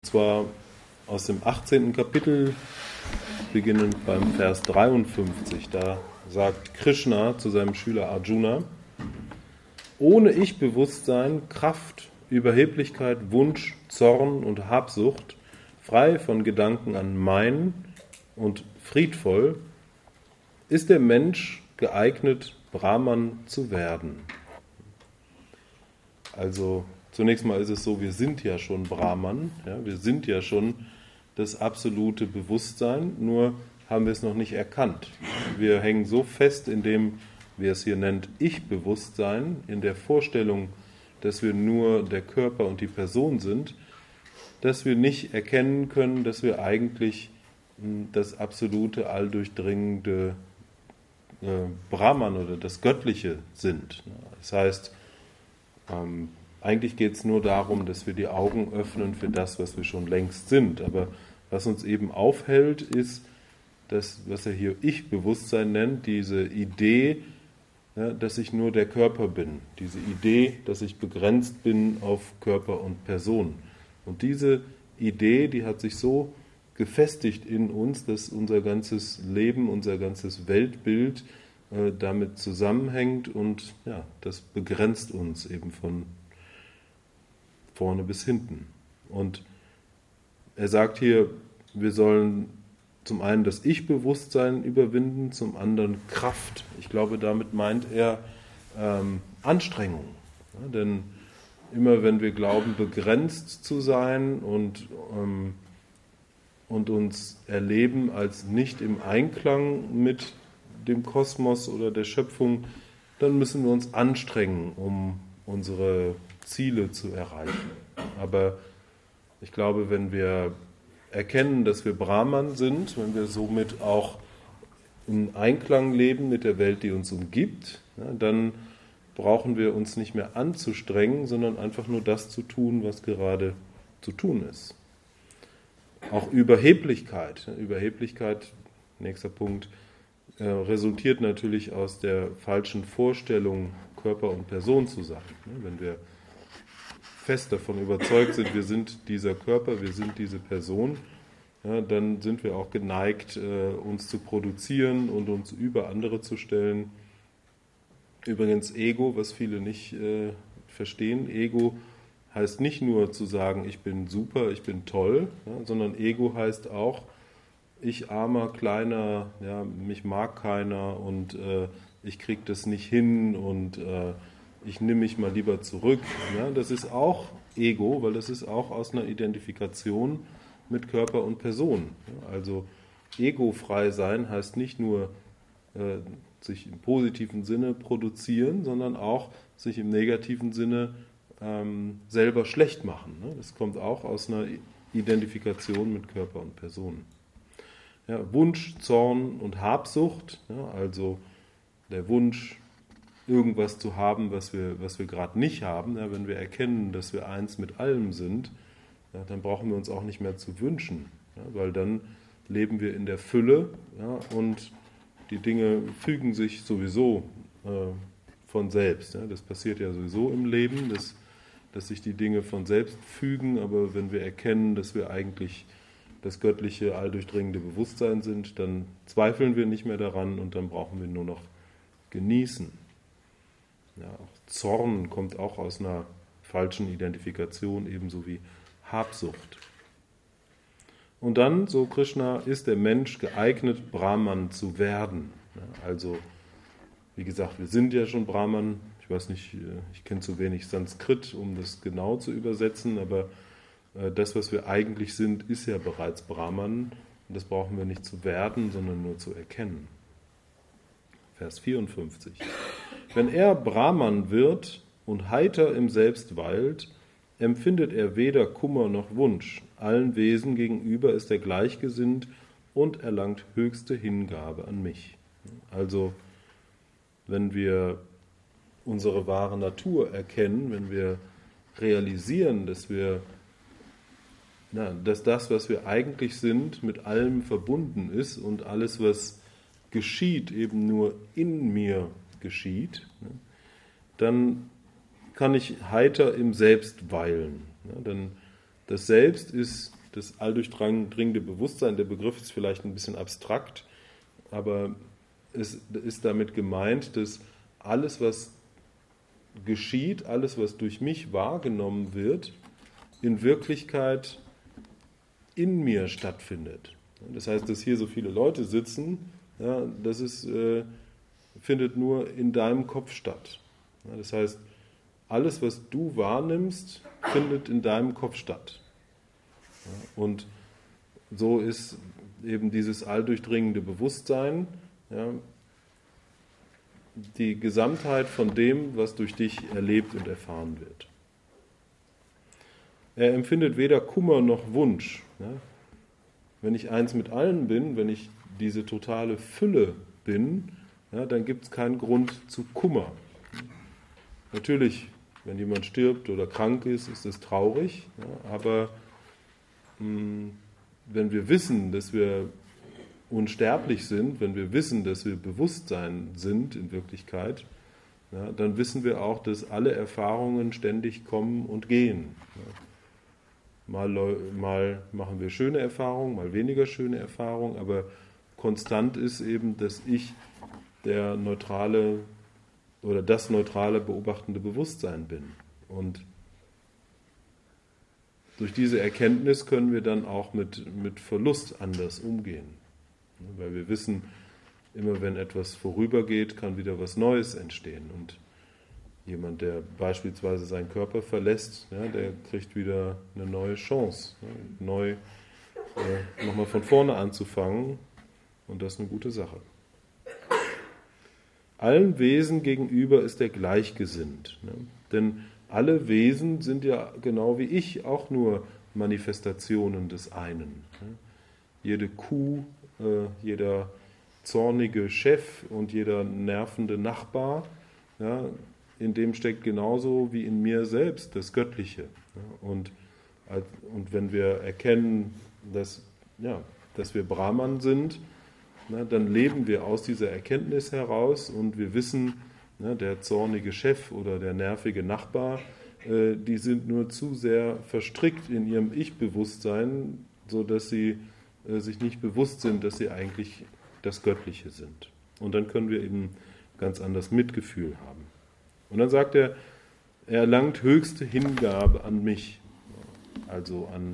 Zwar aus dem 18. Kapitel, beginnend beim Vers 53. Da sagt Krishna zu seinem Schüler Arjuna: Ohne Ich-Bewusstsein, Kraft, Überheblichkeit, Wunsch, Zorn und Habsucht, frei von Gedanken an Mein und friedvoll, ist der Mensch geeignet, Brahman zu werden. Also zunächst mal ist es so, wir sind ja schon Brahman, ja, wir sind ja schon das absolute Bewusstsein, nur haben wir es noch nicht erkannt. Wir hängen so fest in dem, wie er es hier nennt, Ich-Bewusstsein, in der Vorstellung, dass wir nur der Körper und die Person sind, dass wir nicht erkennen können, dass wir eigentlich das absolute, alldurchdringende Brahman oder das Göttliche sind. Das heißt, eigentlich geht es nur darum, dass wir die Augen öffnen für das, was wir schon längst sind. Aber was uns eben aufhält, ist das, was er hier Ich-Bewusstsein nennt, diese Idee, ja, dass ich nur der Körper bin. Diese Idee, dass ich begrenzt bin auf Körper und Person. Und diese Idee, die hat sich so gefestigt in uns, dass unser ganzes Leben, unser ganzes Weltbild damit zusammenhängt und ja, das begrenzt uns eben von vorne bis hinten. Und er sagt hier, wir sollen zum einen das Ich-Bewusstsein überwinden, zum anderen Kraft. Ich glaube, damit meint er Anstrengung. Ja, denn immer wenn wir glauben, begrenzt zu sein und uns erleben als nicht im Einklang mit dem Kosmos oder der Schöpfung, dann müssen wir uns anstrengen, um unsere Ziele zu erreichen. Aber ich glaube, wenn wir erkennen, dass wir Brahman sind, wenn wir somit auch in Einklang leben mit der Welt, die uns umgibt, ja, dann brauchen wir uns nicht mehr anzustrengen, sondern einfach nur das zu tun, was gerade zu tun ist. Auch Überheblichkeit. Überheblichkeit, nächster Punkt, resultiert natürlich aus der falschen Vorstellung, Körper und Person zu sein. Wenn wir fest davon überzeugt sind, wir sind dieser Körper, wir sind diese Person, ja, dann sind wir auch geneigt, uns zu produzieren und uns über andere zu stellen. Übrigens Ego, was viele nicht verstehen, Ego heißt nicht nur zu sagen, ich bin super, ich bin toll, ja, sondern Ego heißt auch, ich armer, kleiner, ja, mich mag keiner und ich kriege das nicht hin und ich nehme mich mal lieber zurück. Ja, das ist auch Ego, weil das ist auch aus einer Identifikation mit Körper und Person. Ja, also egofrei sein heißt nicht nur sich im positiven Sinne produzieren, sondern auch sich im negativen Sinne selber schlecht machen. Ne? Das kommt auch aus einer Identifikation mit Körper und Person. Ja, Wunsch, Zorn und Habsucht, ja, also der Wunsch, irgendwas zu haben, was wir gerade nicht haben. Ja, wenn wir erkennen, dass wir eins mit allem sind, ja, dann brauchen wir uns auch nicht mehr zu wünschen, ja, weil dann leben wir in der Fülle, ja, und die Dinge fügen sich sowieso von selbst. Ja. Das passiert ja sowieso im Leben, dass sich die Dinge von selbst fügen, aber wenn wir erkennen, dass wir eigentlich das göttliche, alldurchdringende Bewusstsein sind, dann zweifeln wir nicht mehr daran und dann brauchen wir nur noch genießen. Ja, auch Zorn kommt auch aus einer falschen Identifikation, ebenso wie Habsucht. Und dann, so Krishna, ist der Mensch geeignet, Brahman zu werden. Ja, also, wie gesagt, wir sind ja schon Brahman. Ich weiß nicht, ich kenne zu wenig Sanskrit, um das genau zu übersetzen, aber das, was wir eigentlich sind, ist ja bereits Brahman. Und das brauchen wir nicht zu werden, sondern nur zu erkennen. Vers 54. Wenn er Brahman wird und heiter im Selbst weilt, empfindet er weder Kummer noch Wunsch. Allen Wesen gegenüber ist er gleichgesinnt und erlangt höchste Hingabe an mich. Also, wenn wir unsere wahre Natur erkennen, wenn wir realisieren, dass das, was wir eigentlich sind, mit allem verbunden ist und alles, was geschieht, eben nur in mir geschieht, dann kann ich heiter im Selbst weilen. Das Selbst ist das alldurchdringende Bewusstsein. Der Begriff ist vielleicht ein bisschen abstrakt, aber es ist damit gemeint, dass alles, was geschieht, alles, was durch mich wahrgenommen wird, in Wirklichkeit in mir stattfindet. Das heißt, dass hier so viele Leute sitzen, ja, findet nur in deinem Kopf statt. Ja, das heißt, alles, was du wahrnimmst, findet in deinem Kopf statt. Ja, und so ist eben dieses alldurchdringende Bewusstsein, ja, die Gesamtheit von dem, was durch dich erlebt und erfahren wird. Er empfindet weder Kummer noch Wunsch. Ja. Wenn ich eins mit allen bin, wenn ich diese totale Fülle bin, ja, dann gibt es keinen Grund zu Kummer. Natürlich, wenn jemand stirbt oder krank ist, ist es traurig, ja, aber wenn wir wissen, dass wir unsterblich sind, wenn wir wissen, dass wir Bewusstsein sind in Wirklichkeit, ja, dann wissen wir auch, dass alle Erfahrungen ständig kommen und gehen. Ja. Mal machen wir schöne Erfahrungen, mal weniger schöne Erfahrungen, aber konstant ist eben, dass ich der neutrale oder das neutrale beobachtende Bewusstsein bin. Und durch diese Erkenntnis können wir dann auch mit Verlust anders umgehen. Weil wir wissen, immer wenn etwas vorübergeht, kann wieder was Neues entstehen. Und jemand, der beispielsweise seinen Körper verlässt, ja, der kriegt wieder eine neue Chance, ja, neu nochmal von vorne anzufangen. Und das ist eine gute Sache. Allen Wesen gegenüber ist er gleichgesinnt. Ne? Denn alle Wesen sind ja genau wie ich auch nur Manifestationen des einen. Ne? Jede Kuh, jeder zornige Chef und jeder nervende Nachbar, ja, in dem steckt genauso wie in mir selbst das Göttliche. Ja? Und wenn wir erkennen, dass wir Brahman sind, na, dann leben wir aus dieser Erkenntnis heraus und wir wissen, na, der zornige Chef oder der nervige Nachbar, die sind nur zu sehr verstrickt in ihrem Ich-Bewusstsein, sodass sie sich nicht bewusst sind, dass sie eigentlich das Göttliche sind. Und dann können wir eben ganz anders Mitgefühl haben. Und dann sagt er erlangt höchste Hingabe an mich, also an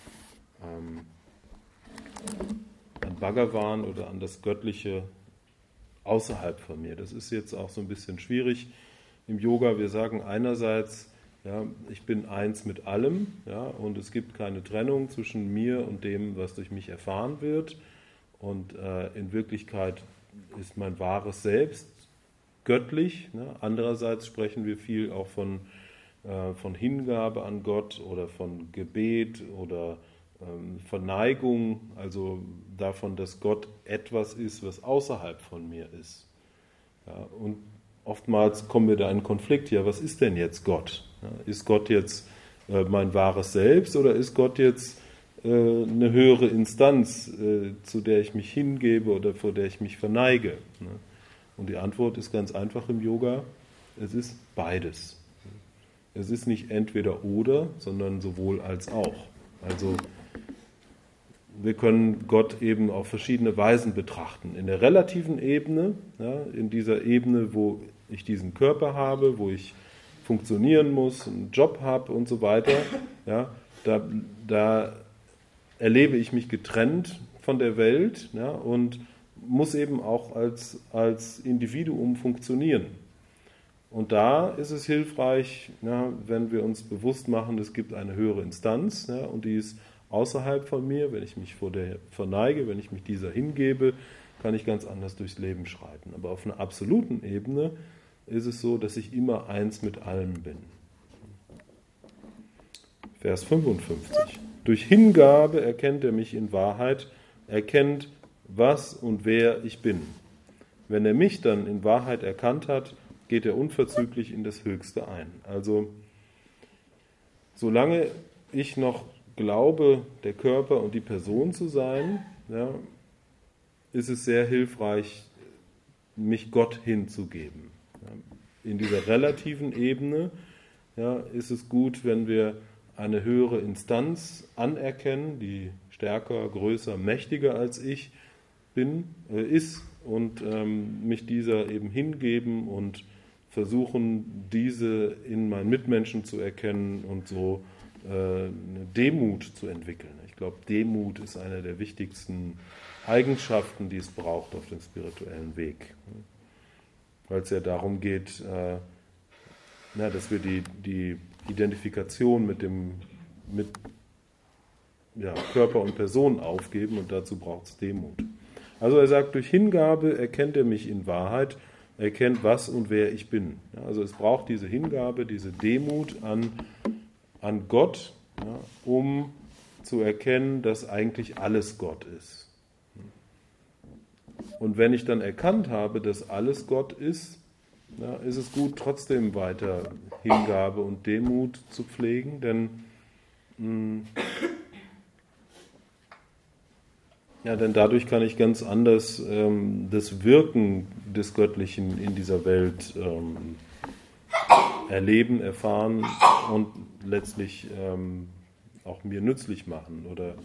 Bhagavan oder an das Göttliche außerhalb von mir. Das ist jetzt auch so ein bisschen schwierig im Yoga. Wir sagen einerseits, ja, ich bin eins mit allem, ja, und es gibt keine Trennung zwischen mir und dem, was durch mich erfahren wird. Und in Wirklichkeit ist mein wahres Selbst göttlich. Ne? Andererseits sprechen wir viel auch von Hingabe an Gott oder von Gebet oder Verneigung, also davon, dass Gott etwas ist, was außerhalb von mir ist. Ja, und oftmals kommen wir da in Konflikt, ja, was ist denn jetzt Gott? Ja, ist Gott jetzt mein wahres Selbst oder ist Gott jetzt eine höhere Instanz, zu der ich mich hingebe oder vor der ich mich verneige? Ne? Und die Antwort ist ganz einfach im Yoga, es ist beides. Es ist nicht entweder oder, sondern sowohl als auch. Also wir können Gott eben auf verschiedene Weisen betrachten. In der relativen Ebene, ja, in dieser Ebene, wo ich diesen Körper habe, wo ich funktionieren muss, einen Job habe und so weiter, ja, da erlebe ich mich getrennt von der Welt, ja, und muss eben auch als Individuum funktionieren. Und da ist es hilfreich, ja, wenn wir uns bewusst machen, es gibt eine höhere Instanz, ja, und die ist außerhalb von mir. Wenn ich mich vor der verneige, wenn ich mich dieser hingebe, kann ich ganz anders durchs Leben schreiten. Aber auf einer absoluten Ebene ist es so, dass ich immer eins mit allem bin. Vers 55. Durch Hingabe erkennt er mich in Wahrheit, erkennt, was und wer ich bin. Wenn er mich dann in Wahrheit erkannt hat, geht er unverzüglich in das Höchste ein. Also, solange ich noch glaube, der Körper und die Person zu sein, ja, ist es sehr hilfreich, mich Gott hinzugeben. Ja, in dieser relativen Ebene, ja, ist es gut, wenn wir eine höhere Instanz anerkennen, die stärker, größer, mächtiger als ich ist und mich dieser eben hingeben und versuchen, diese in meinen Mitmenschen zu erkennen und so eine Demut zu entwickeln. Ich glaube, Demut ist eine der wichtigsten Eigenschaften, die es braucht auf dem spirituellen Weg. Weil es ja darum geht, dass wir die Identifikation mit Körper und Person aufgeben und dazu braucht es Demut. Also er sagt, durch Hingabe erkennt er mich in Wahrheit, er erkennt, was und wer ich bin. Ja, also es braucht diese Hingabe, diese Demut an Gott, ja, um zu erkennen, dass eigentlich alles Gott ist. Und wenn ich dann erkannt habe, dass alles Gott ist, ja, ist es gut, trotzdem weiter Hingabe und Demut zu pflegen, denn dadurch kann ich ganz anders das Wirken des Göttlichen in dieser Welt erleben, erfahren und letztlich auch mir nützlich machen oder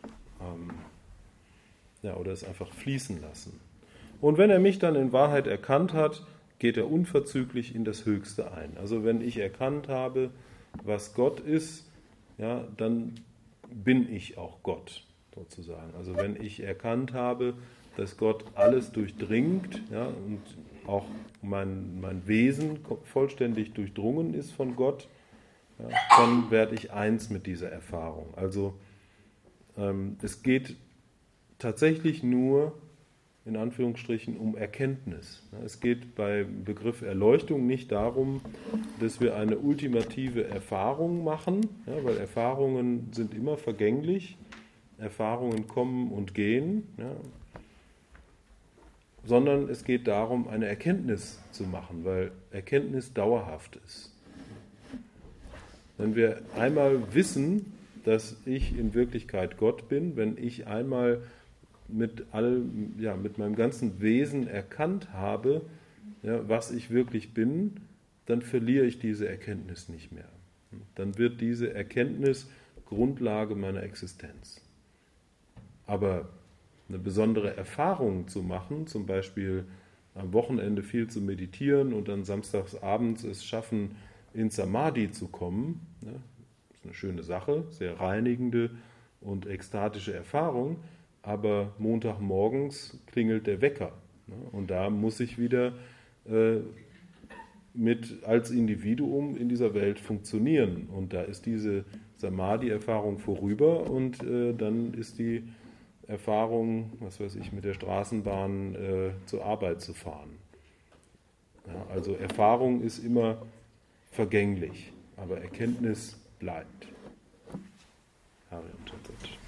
es einfach fließen lassen. Und wenn er mich dann in Wahrheit erkannt hat, geht er unverzüglich in das Höchste ein. Also wenn ich erkannt habe, was Gott ist, ja, dann bin ich auch Gott, sozusagen. Also wenn ich erkannt habe, dass Gott alles durchdringt, ja, und auch mein Wesen vollständig durchdrungen ist von Gott, ja, dann werde ich eins mit dieser Erfahrung. Also es geht tatsächlich nur in Anführungsstrichen um Erkenntnis. Es geht bei Begriff Erleuchtung nicht darum, dass wir eine ultimative Erfahrung machen, ja, weil Erfahrungen sind immer vergänglich, Erfahrungen kommen und gehen, ja, sondern es geht darum, eine Erkenntnis zu machen, weil Erkenntnis dauerhaft ist. Wenn wir einmal wissen, dass ich in Wirklichkeit Gott bin, wenn ich einmal mit meinem ganzen Wesen erkannt habe, ja, was ich wirklich bin, dann verliere ich diese Erkenntnis nicht mehr. Dann wird diese Erkenntnis Grundlage meiner Existenz. Aber eine besondere Erfahrung zu machen, zum Beispiel am Wochenende viel zu meditieren und dann samstags abends es schaffen, ins Samadhi zu kommen, ja, ist eine schöne Sache, sehr reinigende und ekstatische Erfahrung, aber Montagmorgens klingelt der Wecker. Ne? Und da muss ich wieder als Individuum in dieser Welt funktionieren. Und da ist diese Samadhi-Erfahrung vorüber und dann ist die Erfahrung, mit der Straßenbahn zur Arbeit zu fahren. Ja, also Erfahrung ist immer vergänglich, aber Erkenntnis bleibt. Hari und Tatsat.